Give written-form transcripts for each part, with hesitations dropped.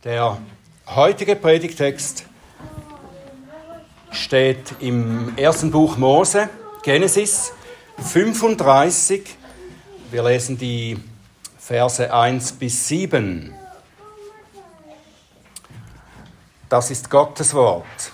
Der heutige Predigtext steht im ersten Buch Mose, Genesis 35. Wir lesen die Verse 1 bis 7. Das ist Gottes Wort.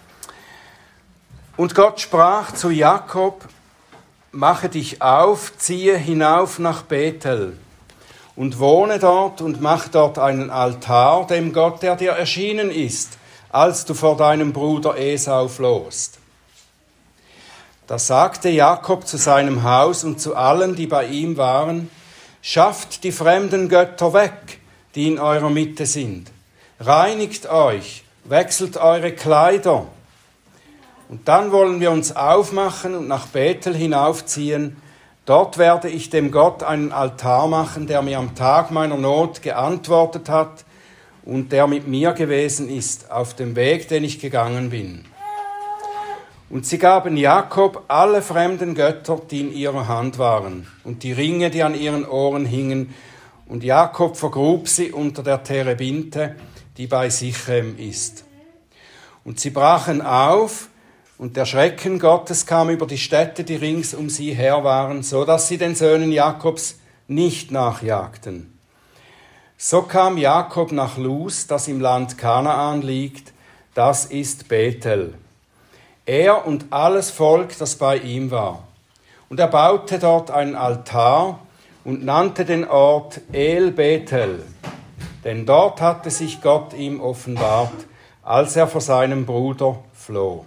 Und Gott sprach zu Jakob: Mache dich auf, ziehe hinauf nach Bethel und wohne dort und mach dort einen Altar dem Gott, der dir erschienen ist, als du vor deinem Bruder Esau flohst. Da sagte Jakob zu seinem Haus und zu allen, die bei ihm waren: Schafft die fremden Götter weg, die in eurer Mitte sind. Reinigt euch, wechselt eure Kleider. Und dann wollen wir uns aufmachen und nach Bethel hinaufziehen. Dort werde ich dem Gott einen Altar machen, der mir am Tag meiner Not geantwortet hat und der mit mir gewesen ist auf dem Weg, den ich gegangen bin. Und sie gaben Jakob alle fremden Götter, die in ihrer Hand waren, und die Ringe, die an ihren Ohren hingen. Und Jakob vergrub sie unter der Terebinte, die bei Sichem ist. Und sie brachen auf, und der Schrecken Gottes kam über die Städte, die rings um sie her waren, so dass sie den Söhnen Jakobs nicht nachjagten. So kam Jakob nach Luz, das im Land Kanaan liegt, das ist Bethel. Er und alles Volk, das bei ihm war. Und er baute dort einen Altar und nannte den Ort El Bethel, denn dort hatte sich Gott ihm offenbart, als er vor seinem Bruder floh.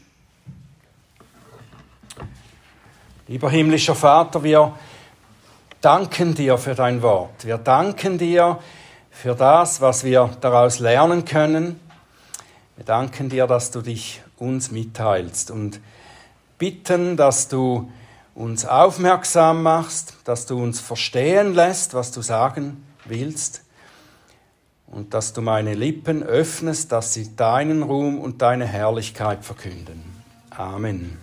Lieber himmlischer Vater, wir danken dir für dein Wort. Wir danken dir für das, was wir daraus lernen können. Wir danken dir, dass du dich uns mitteilst und bitten, dass du uns aufmerksam machst, dass du uns verstehen lässt, was du sagen willst und dass du meine Lippen öffnest, dass sie deinen Ruhm und deine Herrlichkeit verkünden. Amen.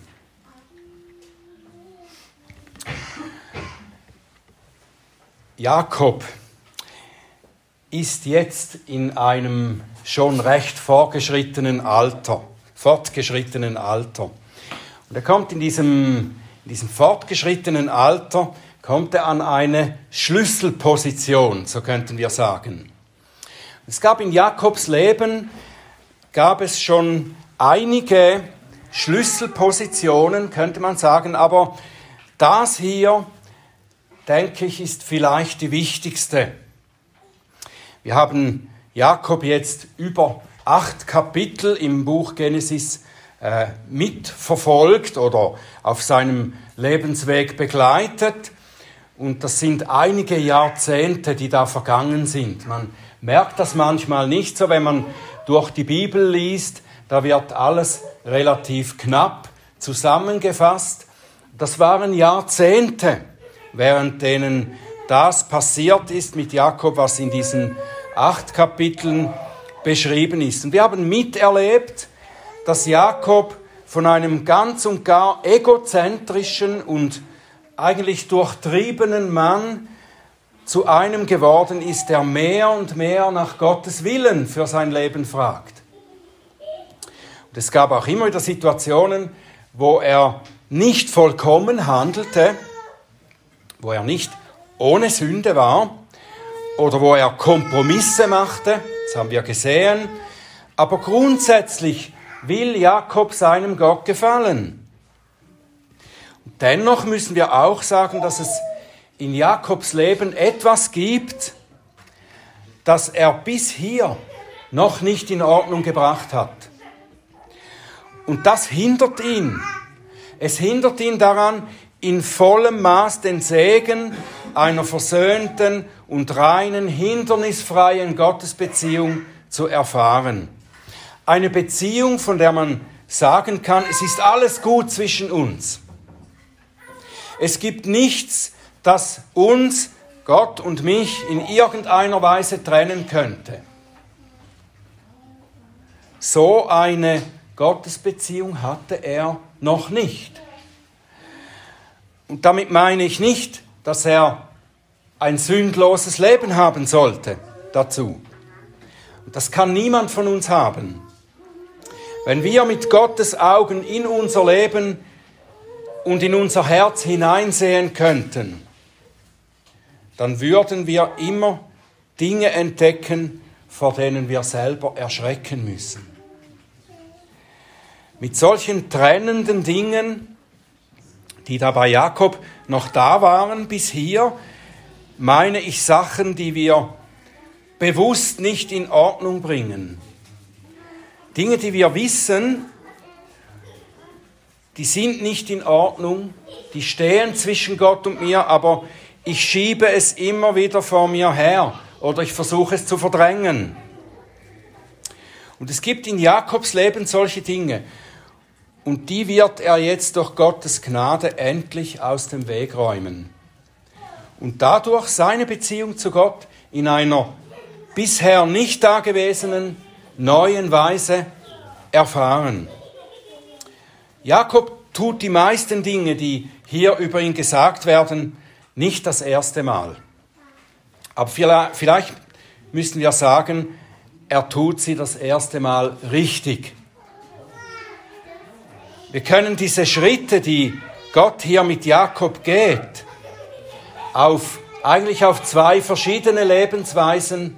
Jakob ist jetzt in einem schon recht fortgeschrittenen Alter. Und er kommt in diesem fortgeschrittenen Alter, kommt er an eine Schlüsselposition, so könnten wir sagen. Es gab in Jakobs Leben, schon einige Schlüsselpositionen, könnte man sagen, aber das hier, denke ich, ist vielleicht die wichtigste. Wir haben Jakob jetzt über 8 Kapitel im Buch Genesis mitverfolgt oder auf seinem Lebensweg begleitet. Und das sind einige Jahrzehnte, die da vergangen sind. Man merkt das manchmal nicht so, wenn man durch die Bibel liest. Da wird alles relativ knapp zusammengefasst. Das waren Jahrzehnte, während denen das passiert ist mit Jakob, was in diesen 8 Kapiteln beschrieben ist. Und wir haben miterlebt, dass Jakob von einem ganz und gar egozentrischen und eigentlich durchtriebenen Mann zu einem geworden ist, der mehr und mehr nach Gottes Willen für sein Leben fragt. Und es gab auch immer wieder Situationen, wo er nicht vollkommen handelte, wo er nicht ohne Sünde war oder wo er Kompromisse machte, das haben wir gesehen. Aber grundsätzlich will Jakob seinem Gott gefallen. Und dennoch müssen wir auch sagen, dass es in Jakobs Leben etwas gibt, das er bis hier noch nicht in Ordnung gebracht hat. Und das hindert ihn. Es hindert ihn daran, in vollem Maß den Segen einer versöhnten und reinen, hindernisfreien Gottesbeziehung zu erfahren. Eine Beziehung, von der man sagen kann, es ist alles gut zwischen uns. Es gibt nichts, das uns, Gott und mich, in irgendeiner Weise trennen könnte. So eine Gottesbeziehung hatte er noch nicht. Und damit meine ich nicht, dass er ein sündloses Leben haben sollte dazu. Das kann niemand von uns haben. Wenn wir mit Gottes Augen in unser Leben und in unser Herz hineinsehen könnten, dann würden wir immer Dinge entdecken, vor denen wir selber erschrecken müssen. Mit solchen trennenden Dingen, die da bei Jakob noch da waren bis hier, meine ich Sachen, die wir bewusst nicht in Ordnung bringen. Dinge, die wir wissen, die sind nicht in Ordnung, die stehen zwischen Gott und mir, aber ich schiebe es immer wieder vor mir her oder ich versuche es zu verdrängen. Und es gibt in Jakobs Leben solche Dinge und die wird er jetzt durch Gottes Gnade endlich aus dem Weg räumen. Und dadurch seine Beziehung zu Gott in einer bisher nicht dagewesenen, neuen Weise erfahren. Jakob tut die meisten Dinge, die hier über ihn gesagt werden, nicht das erste Mal. Aber vielleicht müssen wir sagen, er tut sie das erste Mal richtig. Wir können diese Schritte, die Gott hier mit Jakob geht, eigentlich auf zwei verschiedene Lebensweisen,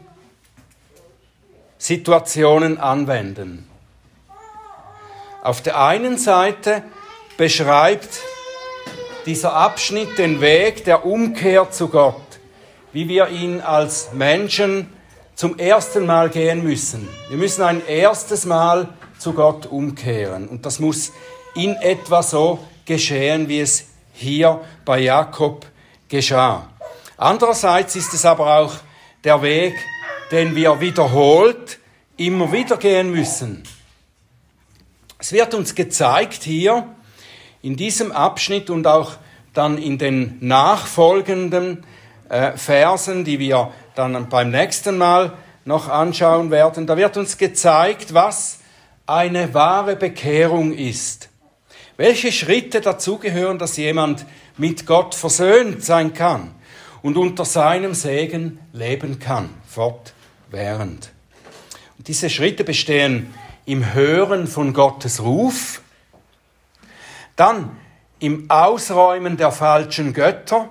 Situationen anwenden. Auf der einen Seite beschreibt dieser Abschnitt den Weg der Umkehr zu Gott, wie wir ihn als Menschen zum ersten Mal gehen müssen. Wir müssen ein erstes Mal zu Gott umkehren und das muss in etwa so geschehen, wie es hier bei Jakob geschah. Andererseits ist es aber auch der Weg, den wir wiederholt immer wieder gehen müssen. Es wird uns gezeigt hier in diesem Abschnitt und auch dann in den nachfolgenden Versen, die wir dann beim nächsten Mal noch anschauen werden. Da wird uns gezeigt, was eine wahre Bekehrung ist. Welche Schritte dazugehören, dass jemand mit Gott versöhnt sein kann und unter seinem Segen leben kann, fortwährend. Und diese Schritte bestehen im Hören von Gottes Ruf, dann im Ausräumen der falschen Götter,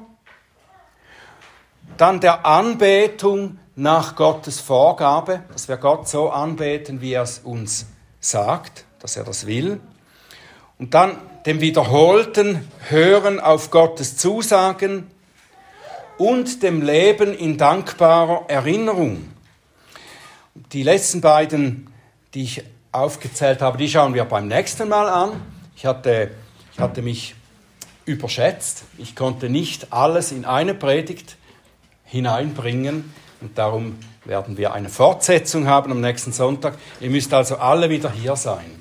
dann der Anbetung nach Gottes Vorgabe, dass wir Gott so anbeten, wie er es uns sagt, dass er das will, und dann dem wiederholten Hören auf Gottes Zusagen und dem Leben in dankbarer Erinnerung. Die letzten beiden, die ich aufgezählt habe, die schauen wir beim nächsten Mal an. Ich hatte mich überschätzt. Ich konnte nicht alles in eine Predigt hineinbringen und darum werden wir eine Fortsetzung haben am nächsten Sonntag. Ihr müsst also alle wieder hier sein.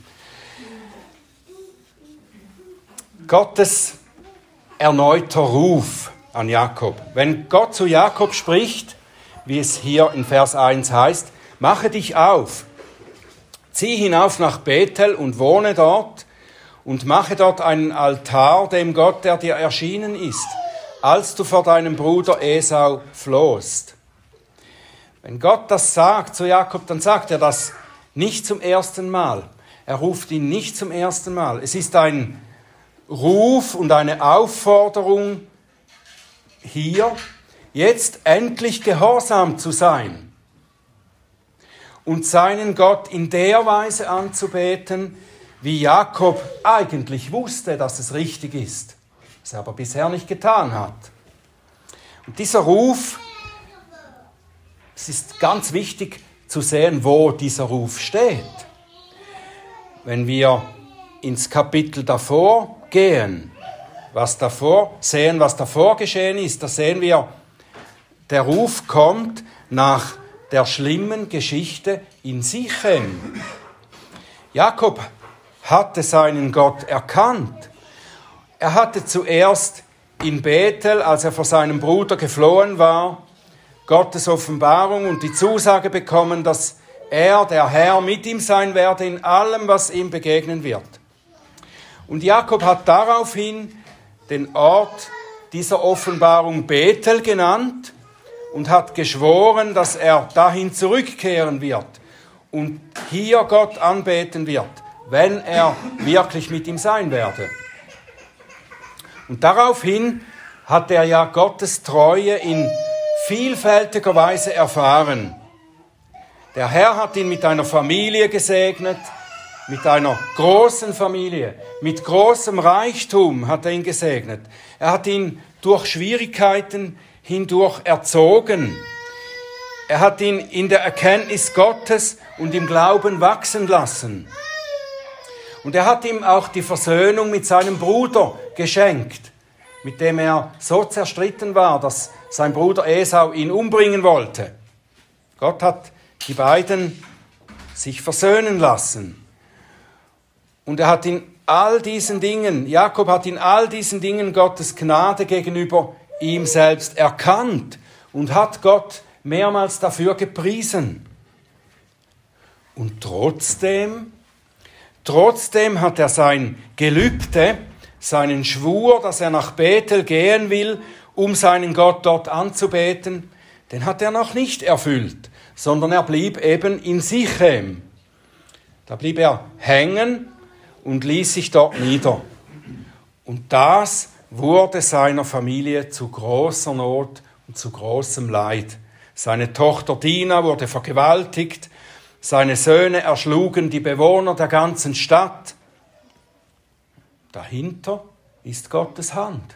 Gottes erneuter Ruf an Jakob. Wenn Gott zu Jakob spricht, wie es hier in Vers 1 heißt, mache dich auf, zieh hinauf nach Bethel und wohne dort und mache dort einen Altar dem Gott, der dir erschienen ist, als du vor deinem Bruder Esau flohst. Wenn Gott das sagt zu Jakob, dann sagt er das nicht zum ersten Mal. Er ruft ihn nicht zum ersten Mal. Es ist ein Ruf und eine Aufforderung hier, jetzt endlich gehorsam zu sein und seinen Gott in der Weise anzubeten, wie Jakob eigentlich wusste, dass es richtig ist, was er aber bisher nicht getan hat. Und dieser Ruf, es ist ganz wichtig zu sehen, wo dieser Ruf steht. Wenn wir ins Kapitel davor gehen, was davor geschehen ist, da sehen wir, der Ruf kommt nach der schlimmen Geschichte in Sichem. Jakob hatte seinen Gott erkannt. Er hatte zuerst in Bethel, als er vor seinem Bruder geflohen war, Gottes Offenbarung und die Zusage bekommen, dass er, der Herr, mit ihm sein werde in allem, was ihm begegnen wird. Und Jakob hat daraufhin den Ort dieser Offenbarung Bethel genannt und hat geschworen, dass er dahin zurückkehren wird und hier Gott anbeten wird, wenn er wirklich mit ihm sein werde. Und daraufhin hat er ja Gottes Treue in vielfältiger Weise erfahren. Der Herr hat ihn mit einer Familie gesegnet, mit einer großen Familie, mit großem Reichtum hat er ihn gesegnet. Er hat ihn durch Schwierigkeiten hindurch erzogen. Er hat ihn in der Erkenntnis Gottes und im Glauben wachsen lassen. Und er hat ihm auch die Versöhnung mit seinem Bruder geschenkt, mit dem er so zerstritten war, dass sein Bruder Esau ihn umbringen wollte. Gott hat die beiden sich versöhnen lassen. Und er hat in all diesen Dingen, Jakob hat in all diesen Dingen Gottes Gnade gegenüber ihm selbst erkannt und hat Gott mehrmals dafür gepriesen. Und trotzdem hat er sein Gelübde, seinen Schwur, dass er nach Bethel gehen will, um seinen Gott dort anzubeten, den hat er noch nicht erfüllt, sondern er blieb eben in Sichem. Da blieb er hängen und ließ sich dort nieder. Und das wurde seiner Familie zu großer Not und zu großem Leid. Seine Tochter Dina wurde vergewaltigt, seine Söhne erschlugen die Bewohner der ganzen Stadt. Dahinter ist Gottes Hand.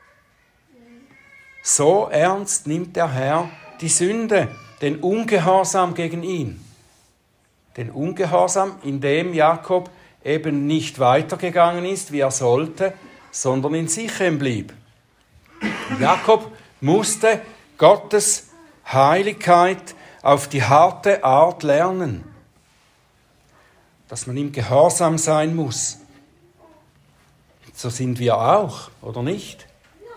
So ernst nimmt der Herr die Sünde, den Ungehorsam gegen ihn. Den Ungehorsam, in dem Jakob eben nicht weitergegangen ist, wie er sollte, sondern in Sichem blieb. Jakob musste Gottes Heiligkeit auf die harte Art lernen, dass man ihm gehorsam sein muss. So sind wir auch, oder nicht?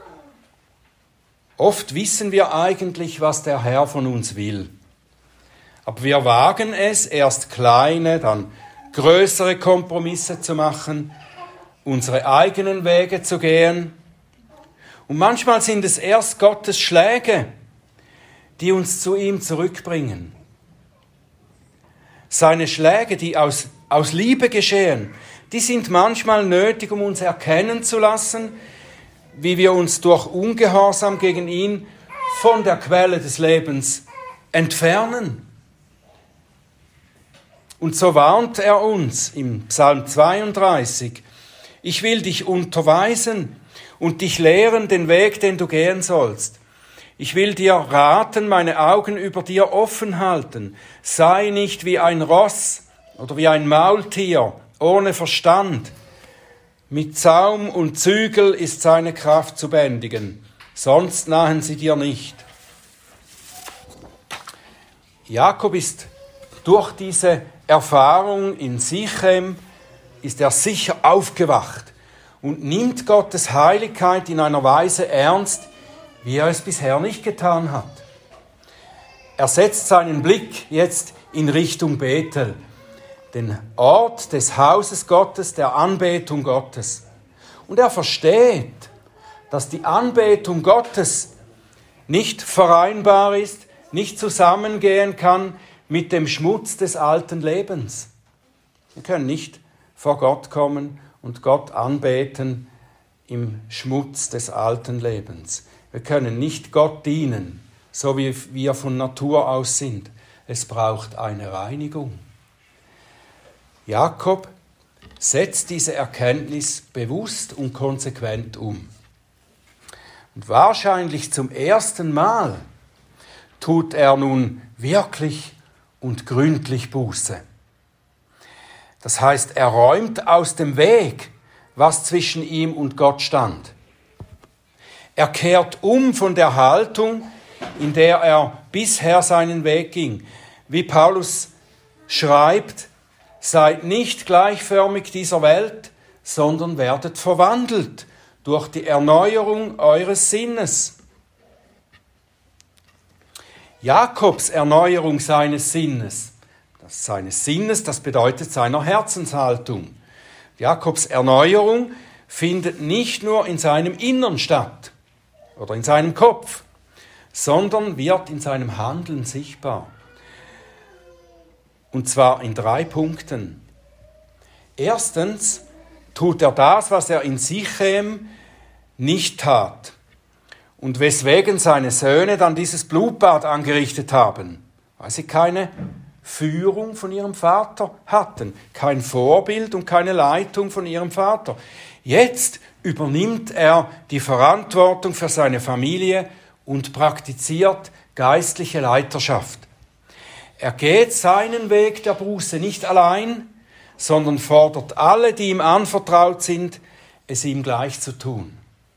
Oft wissen wir eigentlich, was der Herr von uns will. Aber wir wagen es, erst kleine, dann größere Kompromisse zu machen, unsere eigenen Wege zu gehen. Und manchmal sind es erst Gottes Schläge, die uns zu ihm zurückbringen. Seine Schläge, die aus Liebe geschehen, die sind manchmal nötig, um uns erkennen zu lassen, wie wir uns durch Ungehorsam gegen ihn von der Quelle des Lebens entfernen. Und so warnt er uns im Psalm 32, ich will dich unterweisen und dich lehren den Weg, den du gehen sollst. Ich will dir raten, meine Augen über dir offen halten. Sei nicht wie ein Ross oder wie ein Maultier ohne Verstand. Mit Zaum und Zügel ist seine Kraft zu bändigen, sonst nahen sie dir nicht. Jakob ist durch diese Erfahrung in Sichem, ist er sicher aufgewacht und nimmt Gottes Heiligkeit in einer Weise ernst, wie er es bisher nicht getan hat. Er setzt seinen Blick jetzt in Richtung Bethel, den Ort des Hauses Gottes, der Anbetung Gottes. Und er versteht, dass die Anbetung Gottes nicht vereinbar ist, nicht zusammengehen kann mit dem Schmutz des alten Lebens. Wir können nicht vor Gott kommen und Gott anbeten im Schmutz des alten Lebens. Wir können nicht Gott dienen, so wie wir von Natur aus sind. Es braucht eine Reinigung. Jakob setzt diese Erkenntnis bewusst und konsequent um. Und wahrscheinlich zum ersten Mal tut er nun wirklich und gründlich Buße. Das heißt, er räumt aus dem Weg, was zwischen ihm und Gott stand. Er kehrt um von der Haltung, in der er bisher seinen Weg ging. Wie Paulus schreibt, seid nicht gleichförmig dieser Welt, sondern werdet verwandelt durch die Erneuerung eures Sinnes. Jakobs Erneuerung seines Sinnes, das bedeutet seiner Herzenshaltung. Jakobs Erneuerung findet nicht nur in seinem Innern statt oder in seinem Kopf, sondern wird in seinem Handeln sichtbar. Und zwar in 3 Punkten. Erstens tut er das, was er in Sichem nicht tat und weswegen seine Söhne dann dieses Blutbad angerichtet haben, weil sie keine Führung von ihrem Vater hatten, kein Vorbild und keine Leitung von ihrem Vater. Jetzt übernimmt er die Verantwortung für seine Familie und praktiziert geistliche Leiterschaft. Er geht seinen Weg der Buße nicht allein, sondern fordert alle, die ihm anvertraut sind, es ihm gleich zu tun.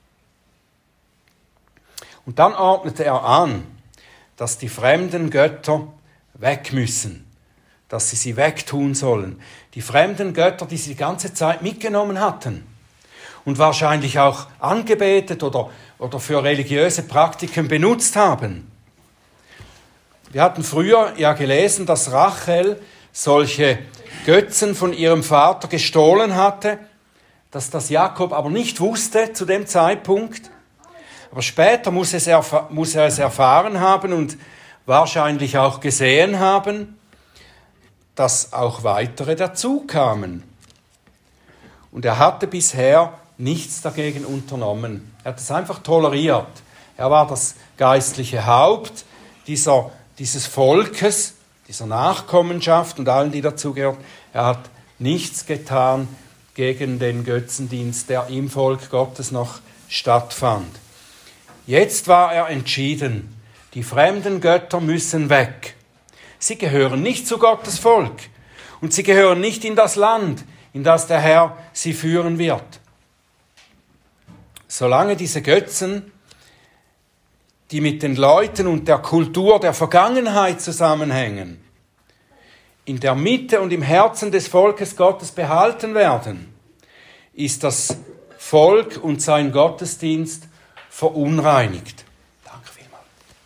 Und dann ordnete er an, dass die fremden Götter weg müssen, dass sie wegtun sollen. Die fremden Götter, die sie die ganze Zeit mitgenommen hatten und wahrscheinlich auch angebetet oder für religiöse Praktiken benutzt haben. Wir hatten früher ja gelesen, dass Rachel solche Götzen von ihrem Vater gestohlen hatte, dass das Jakob aber nicht wusste zu dem Zeitpunkt. Aber später muss er es erfahren haben und wahrscheinlich auch gesehen haben, dass auch weitere dazu kamen. Und er hatte bisher nichts dagegen unternommen. Er hat es einfach toleriert. Er war das geistliche Haupt dieses Volkes, dieser Nachkommenschaft und allen, die dazugehören. Er hat nichts getan gegen den Götzendienst, der im Volk Gottes noch stattfand. Jetzt war er entschieden, die fremden Götter müssen weg. Sie gehören nicht zu Gottes Volk und sie gehören nicht in das Land, in das der Herr sie führen wird. Solange diese Götzen, die mit den Leuten und der Kultur der Vergangenheit zusammenhängen, in der Mitte und im Herzen des Volkes Gottes behalten werden, ist das Volk und sein Gottesdienst verunreinigt. Danke vielmals.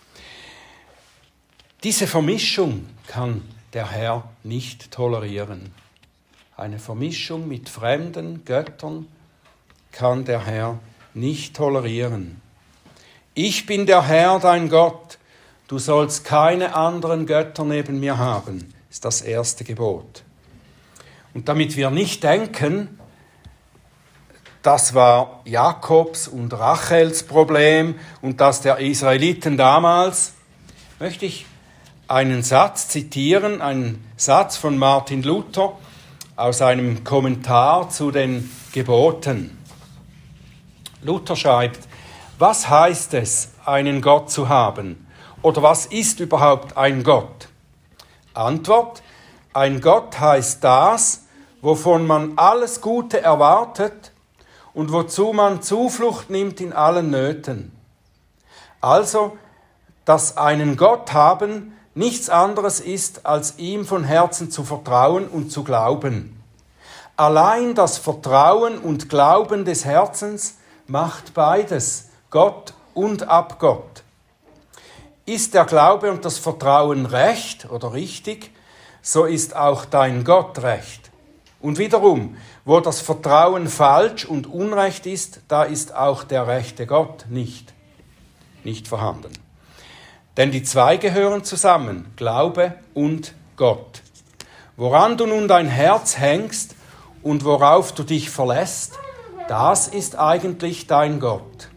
Diese Vermischung kann der Herr nicht tolerieren. Eine Vermischung mit fremden Göttern kann der Herr nicht tolerieren. Ich bin der Herr, dein Gott. Du sollst keine anderen Götter neben mir haben, ist das erste Gebot. Und damit wir nicht denken, das war Jakobs und Rachels Problem und das der Israeliten damals, möchte ich einen Satz zitieren, einen Satz von Martin Luther aus einem Kommentar zu den Geboten. Luther schreibt: Was heißt es, einen Gott zu haben? Oder was ist überhaupt ein Gott? Antwort: Ein Gott heißt das, wovon man alles Gute erwartet und wozu man Zuflucht nimmt in allen Nöten. Also, dass einen Gott haben nichts anderes ist, als ihm von Herzen zu vertrauen und zu glauben. Allein das Vertrauen und Glauben des Herzens macht beides, Gott und Abgott. Ist der Glaube und das Vertrauen recht oder richtig, so ist auch dein Gott recht. Und wiederum, wo das Vertrauen falsch und unrecht ist, da ist auch der rechte Gott nicht vorhanden. Denn die zwei gehören zusammen, Glaube und Gott. Woran du nun dein Herz hängst und worauf du dich verlässt, das ist eigentlich dein Gott.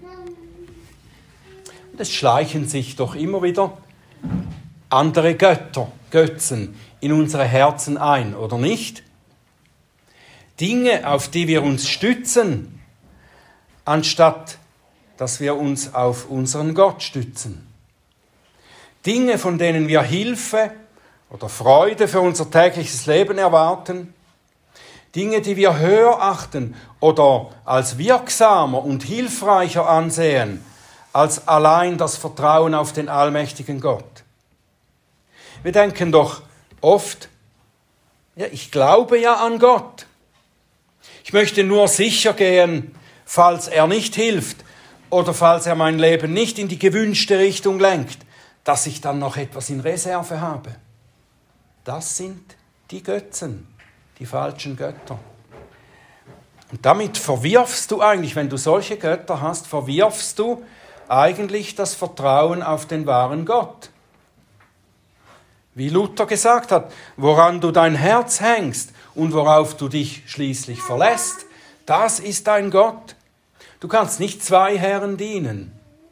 Und es schleichen sich doch immer wieder andere Götzen in unsere Herzen ein, oder nicht? Dinge, auf die wir uns stützen, anstatt dass wir uns auf unseren Gott stützen. Dinge, von denen wir Hilfe oder Freude für unser tägliches Leben erwarten. Dinge, die wir höher achten oder als wirksamer und hilfreicher ansehen, als allein das Vertrauen auf den allmächtigen Gott. Wir denken doch oft, ja, ich glaube ja an Gott. Ich möchte nur sicher gehen, falls er nicht hilft oder falls er mein Leben nicht in die gewünschte Richtung lenkt, dass ich dann noch etwas in Reserve habe. Das sind die Götzen, die falschen Götter. Und damit verwirfst du eigentlich, wenn du solche Götter hast, verwirfst du eigentlich das Vertrauen auf den wahren Gott. Wie Luther gesagt hat, woran du dein Herz hängst und worauf du dich schließlich verlässt, das ist dein Gott. Du kannst nicht zwei Herren dienen.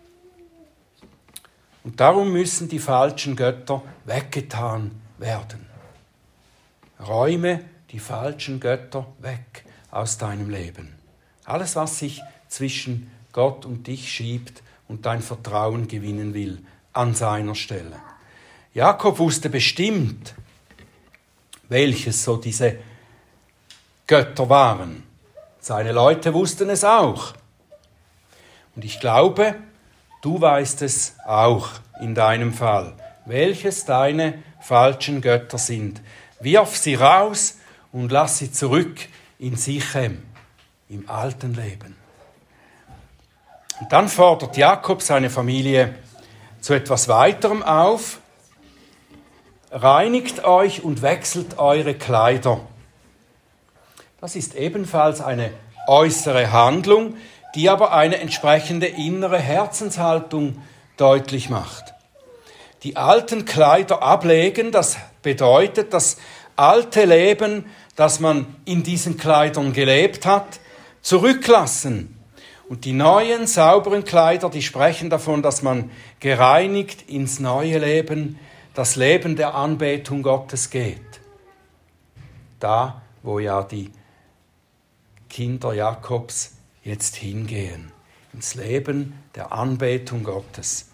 Und darum müssen die falschen Götter weggetan werden. Räume die falschen Götter weg aus deinem Leben. Alles, was sich zwischen Gott und dich schiebt und dein Vertrauen gewinnen will, an seiner Stelle. Jakob wusste bestimmt, welches so diese Götter waren. Seine Leute wussten es auch. Und ich glaube, du weißt es auch in deinem Fall, welches deine falschen Götter sind. Wirf sie raus und lass sie zurück in Sichem, im alten Leben. Und dann fordert Jakob seine Familie zu etwas weiterem auf. Reinigt euch und wechselt eure Kleider. Das ist ebenfalls eine äußere Handlung, die aber eine entsprechende innere Herzenshaltung deutlich macht. Die alten Kleider ablegen, das bedeutet, das alte Leben, das man in diesen Kleidern gelebt hat, zurücklassen. Und die neuen, sauberen Kleider, die sprechen davon, dass man gereinigt ins neue Leben, das Leben der Anbetung Gottes geht. Da, wo ja die Kinder Jakobs jetzt hingehen, ins Leben der Anbetung Gottes.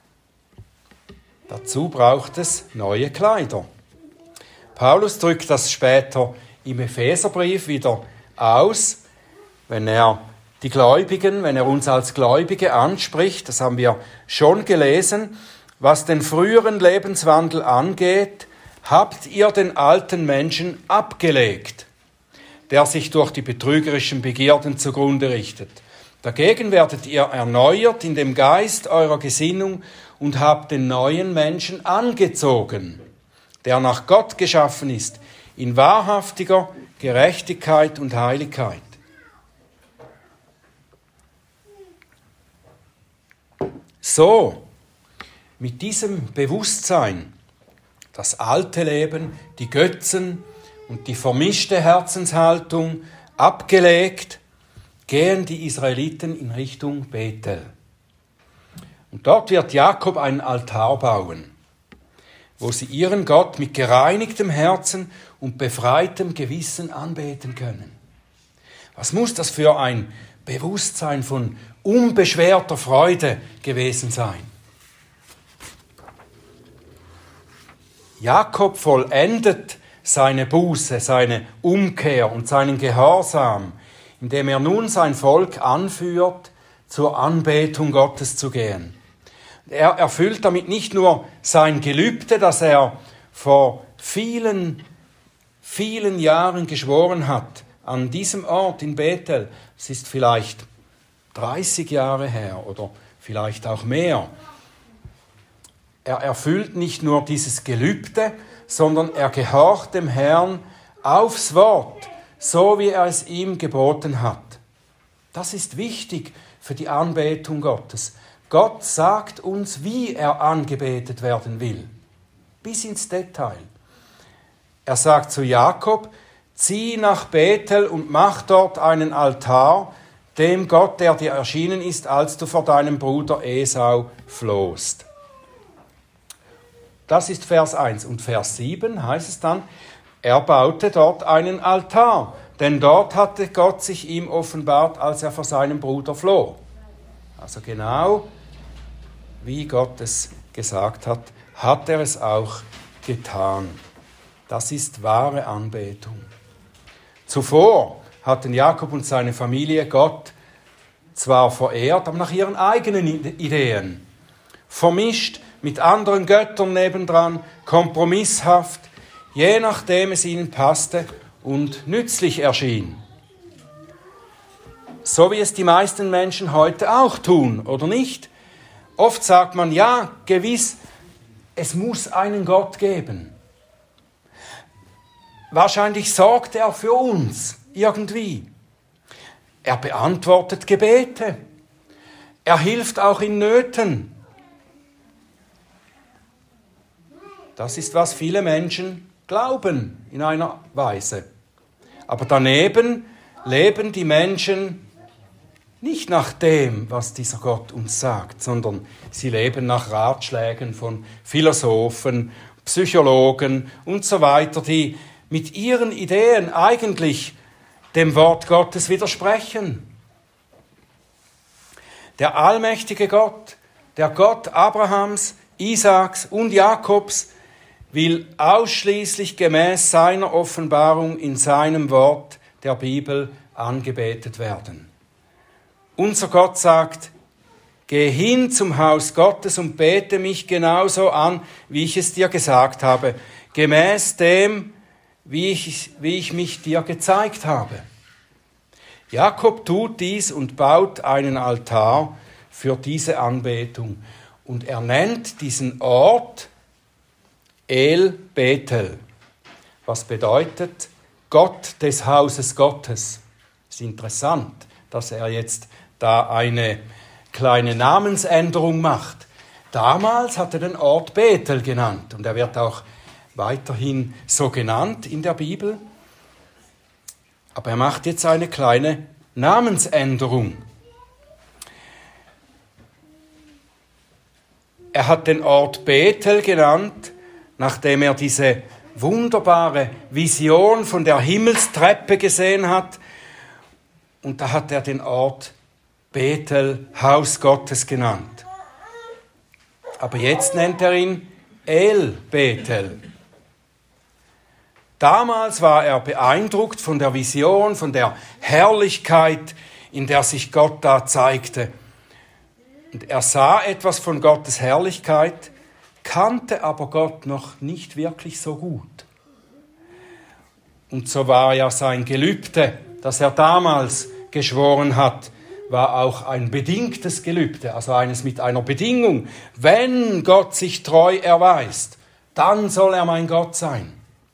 Dazu braucht es neue Kleider. Paulus drückt das später im Epheserbrief wieder aus, wenn er uns als Gläubige anspricht. Das haben wir schon gelesen. Was den früheren Lebenswandel angeht, habt ihr den alten Menschen abgelegt, der sich durch die betrügerischen Begierden zugrunde richtet. Dagegen werdet ihr erneuert in dem Geist eurer Gesinnung und habt den neuen Menschen angezogen, der nach Gott geschaffen ist, in wahrhaftiger Gerechtigkeit und Heiligkeit. So, mit diesem Bewusstsein, das alte Leben, die Götzen und die vermischte Herzenshaltung abgelegt, gehen die Israeliten in Richtung Bethel. Und dort wird Jakob einen Altar bauen, wo sie ihren Gott mit gereinigtem Herzen und befreitem Gewissen anbeten können. Was muss das für ein Bewusstsein von unbeschwerter Freude gewesen sein? Jakob vollendet seine Buße, seine Umkehr und seinen Gehorsam, indem er nun sein Volk anführt, zur Anbetung Gottes zu gehen. Er erfüllt damit nicht nur sein Gelübde, das er vor vielen, vielen Jahren geschworen hat, an diesem Ort in Bethel. Es ist vielleicht 30 Jahre her oder vielleicht auch mehr. Er erfüllt nicht nur dieses Gelübde, sondern er gehorcht dem Herrn aufs Wort, so wie er es ihm geboten hat. Das ist wichtig für die Anbetung Gottes. Gott sagt uns, wie er angebetet werden will, bis ins Detail. Er sagt zu Jakob, zieh nach Bethel und mach dort einen Altar, dem Gott, der dir erschienen ist, als du vor deinem Bruder Esau flohst. Das ist Vers 1. Und Vers 7 heißt es dann, er baute dort einen Altar, denn dort hatte Gott sich ihm offenbart, als er vor seinem Bruder floh. Also genau wie Gott es gesagt hat, hat er es auch getan. Das ist wahre Anbetung. Zuvor hatten Jakob und seine Familie Gott zwar verehrt, aber nach ihren eigenen Ideen. Vermischt mit anderen Göttern nebendran, kompromisshaft, je nachdem es ihnen passte und nützlich erschien. So wie es die meisten Menschen heute auch tun, oder nicht? Oft sagt man, ja, gewiss, es muss einen Gott geben. Wahrscheinlich sorgt er für uns irgendwie. Er beantwortet Gebete. Er hilft auch in Nöten. Das ist, was viele Menschen glauben in einer Weise. Aber daneben leben die Menschen nicht nach dem, was dieser Gott uns sagt, sondern sie leben nach Ratschlägen von Philosophen, Psychologen und so weiter, die mit ihren Ideen eigentlich dem Wort Gottes widersprechen. Der allmächtige Gott, der Gott Abrahams, Isaaks und Jakobs, will ausschließlich gemäß seiner Offenbarung in seinem Wort der Bibel angebetet werden. Unser Gott sagt: Geh hin zum Haus Gottes und bete mich genauso an, wie ich es dir gesagt habe, gemäß dem, wie ich mich dir gezeigt habe. Jakob tut dies und baut einen Altar für diese Anbetung. Und er nennt diesen Ort El Bethel, was bedeutet Gott des Hauses Gottes. Es ist interessant, dass er jetzt da eine kleine Namensänderung macht. Damals hat er den Ort Bethel genannt und er wird auch weiterhin so genannt in der Bibel. Aber er macht jetzt eine kleine Namensänderung. Er hat den Ort Bethel genannt, nachdem er diese wunderbare Vision von der Himmelstreppe gesehen hat. Und da hat er den Ort Bethel, Haus Gottes genannt. Aber jetzt nennt er ihn El Bethel. Damals war er beeindruckt von der Vision, von der Herrlichkeit, in der sich Gott da zeigte. Und er sah etwas von Gottes Herrlichkeit, kannte aber Gott noch nicht wirklich so gut. Und so war ja sein Gelübde, das er damals geschworen hat, war auch ein bedingtes Gelübde, also eines mit einer Bedingung. Wenn Gott sich treu erweist, dann soll er mein Gott sein.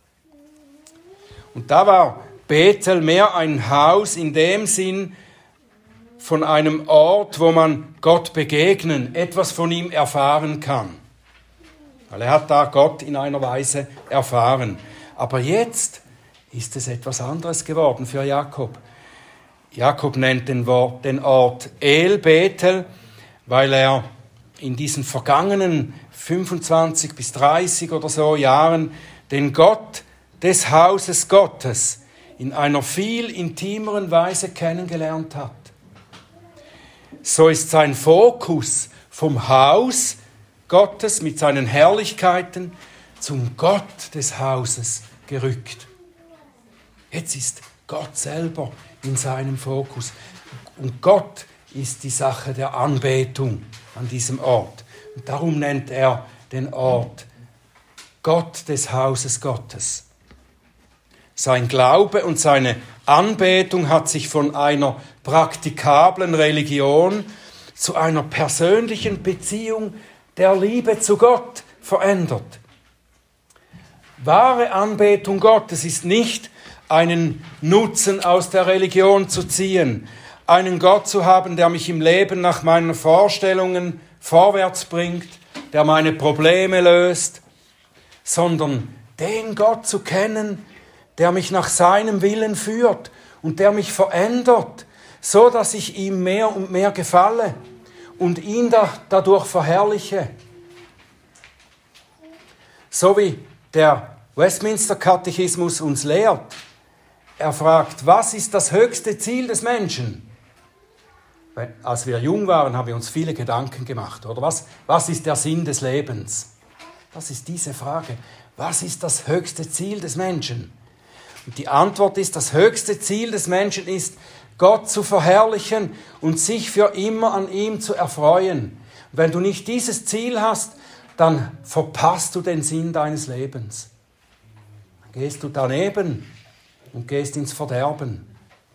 Und da war Bethel mehr ein Haus in dem Sinn von einem Ort, wo man Gott begegnen, etwas von ihm erfahren kann. Weil er hat da Gott in einer Weise erfahren. Aber jetzt ist es etwas anderes geworden für Jakob. Jakob nennt den Ort El Bethel, weil er in diesen vergangenen 25 bis 30 oder so Jahren den Gott des Hauses Gottes in einer viel intimeren Weise kennengelernt hat. So ist sein Fokus vom Haus Gottes mit seinen Herrlichkeiten zum Gott des Hauses gerückt. Jetzt ist Gott selber in seinem Fokus. Und Gott ist die Sache der Anbetung an diesem Ort. Und darum nennt er den Ort Gott des Hauses Gottes. Sein Glaube und seine Anbetung hat sich von einer praktikablen Religion zu einer persönlichen Beziehung der Liebe zu Gott verändert. Wahre Anbetung Gottes ist nicht einen Nutzen aus der Religion zu ziehen, einen Gott zu haben, der mich im Leben nach meinen Vorstellungen vorwärts bringt, der meine Probleme löst, sondern den Gott zu kennen, der mich nach seinem Willen führt und der mich verändert, so dass ich ihm mehr und mehr gefalle und ihn dadurch verherrliche. So wie der Westminster-Katechismus uns lehrt. Er fragt, was ist das höchste Ziel des Menschen? Als wir jung waren, haben wir uns viele Gedanken gemacht. Oder was ist der Sinn des Lebens? Das ist diese Frage. Was ist das höchste Ziel des Menschen? Und die Antwort ist, das höchste Ziel des Menschen ist, Gott zu verherrlichen und sich für immer an ihm zu erfreuen. Und wenn du nicht dieses Ziel hast, dann verpasst du den Sinn deines Lebens. Dann gehst du daneben und gehst ins Verderben.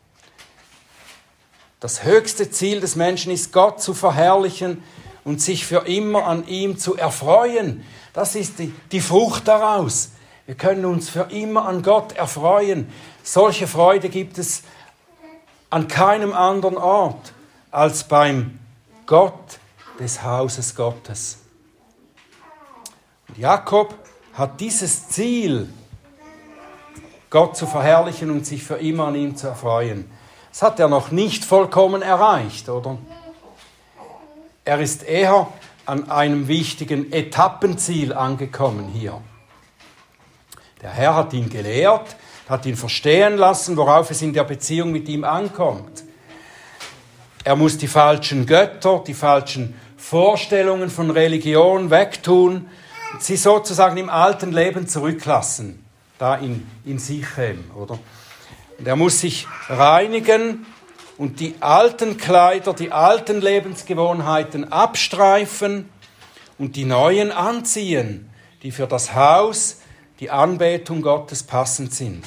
Das höchste Ziel des Menschen ist, Gott zu verherrlichen und sich für immer an ihm zu erfreuen. Das ist die Frucht daraus. Wir können uns für immer an Gott erfreuen. Solche Freude gibt es an keinem anderen Ort als beim Gott des Hauses Gottes. Und Jakob hat dieses Ziel, Gott zu verherrlichen und sich für immer an ihm zu erfreuen. Das hat er noch nicht vollkommen erreicht, oder? Er ist eher an einem wichtigen Etappenziel angekommen hier. Der Herr hat ihn gelehrt, hat ihn verstehen lassen, worauf es in der Beziehung mit ihm ankommt. Er muss die falschen Götter, die falschen Vorstellungen von Religion wegtun, sie sozusagen im alten Leben zurücklassen, da in Sichem, oder? Und er muss sich reinigen und die alten Kleider, die alten Lebensgewohnheiten abstreifen und die neuen anziehen, die für das Haus, die Anbetung Gottes passend sind.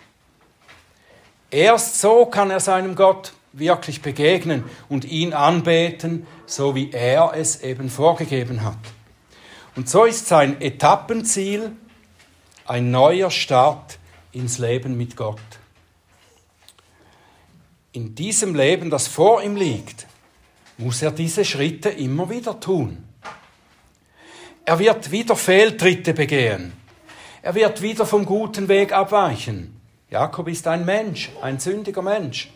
Erst so kann er seinem Gott wirklich begegnen und ihn anbeten, so wie er es eben vorgegeben hat. Und so ist sein Etappenziel ein neuer Start ins Leben mit Gott. In diesem Leben, das vor ihm liegt, muss er diese Schritte immer wieder tun. Er wird wieder Fehltritte begehen. Er wird wieder vom guten Weg abweichen. Jakob ist ein Mensch, ein sündiger Mensch.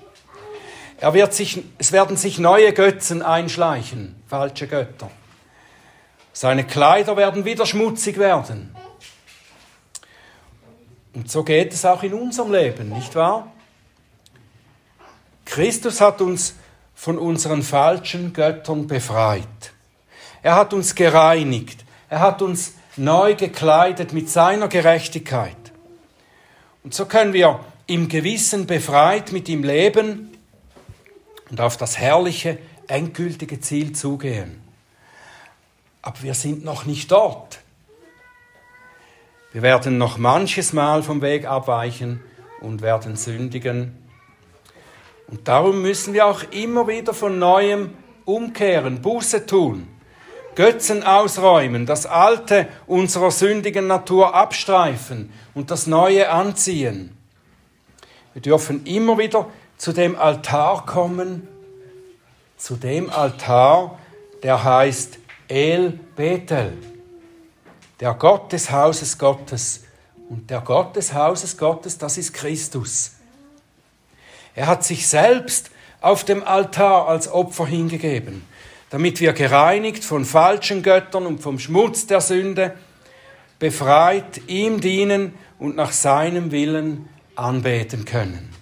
Es werden sich neue Götzen einschleichen, falsche Götter. Seine Kleider werden wieder schmutzig werden. Und so geht es auch in unserem Leben, nicht wahr? Christus hat uns von unseren falschen Göttern befreit. Er hat uns gereinigt. Er hat uns neu gekleidet mit seiner Gerechtigkeit. Und so können wir im Gewissen befreit mit ihm leben und auf das herrliche, endgültige Ziel zugehen. Aber wir sind noch nicht dort. Wir werden noch manches Mal vom Weg abweichen und werden sündigen. Und darum müssen wir auch immer wieder von Neuem umkehren, Buße tun, Götzen ausräumen, das Alte unserer sündigen Natur abstreifen und das Neue anziehen. Wir dürfen immer wieder zu dem Altar kommen, zu dem Altar, der heißt El Bethel, der Gott des Hauses Gottes. Und der Gott des Hauses Gottes, das ist Christus. Er hat sich selbst auf dem Altar als Opfer hingegeben, damit wir gereinigt von falschen Göttern und vom Schmutz der Sünde, befreit ihm dienen und nach seinem Willen anbeten können.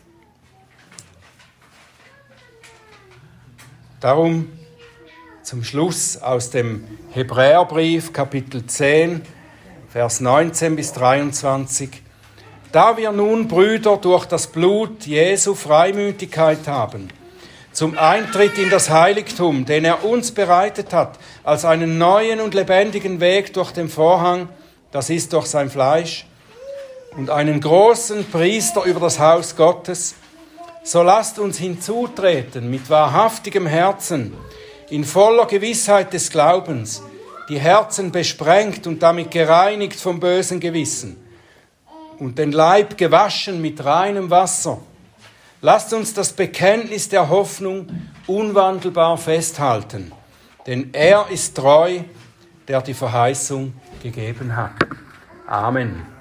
Darum zum Schluss aus dem Hebräerbrief, Kapitel 10, Vers 19 bis 23. Da wir nun, Brüder, durch das Blut Jesu Freimütigkeit haben, zum Eintritt in das Heiligtum, den er uns bereitet hat, als einen neuen und lebendigen Weg durch den Vorhang, das ist durch sein Fleisch, und einen großen Priester über das Haus Gottes, so lasst uns hinzutreten mit wahrhaftigem Herzen, in voller Gewissheit des Glaubens, die Herzen besprengt und damit gereinigt vom bösen Gewissen und den Leib gewaschen mit reinem Wasser. Lasst uns das Bekenntnis der Hoffnung unwandelbar festhalten, denn er ist treu, der die Verheißung gegeben hat. Amen.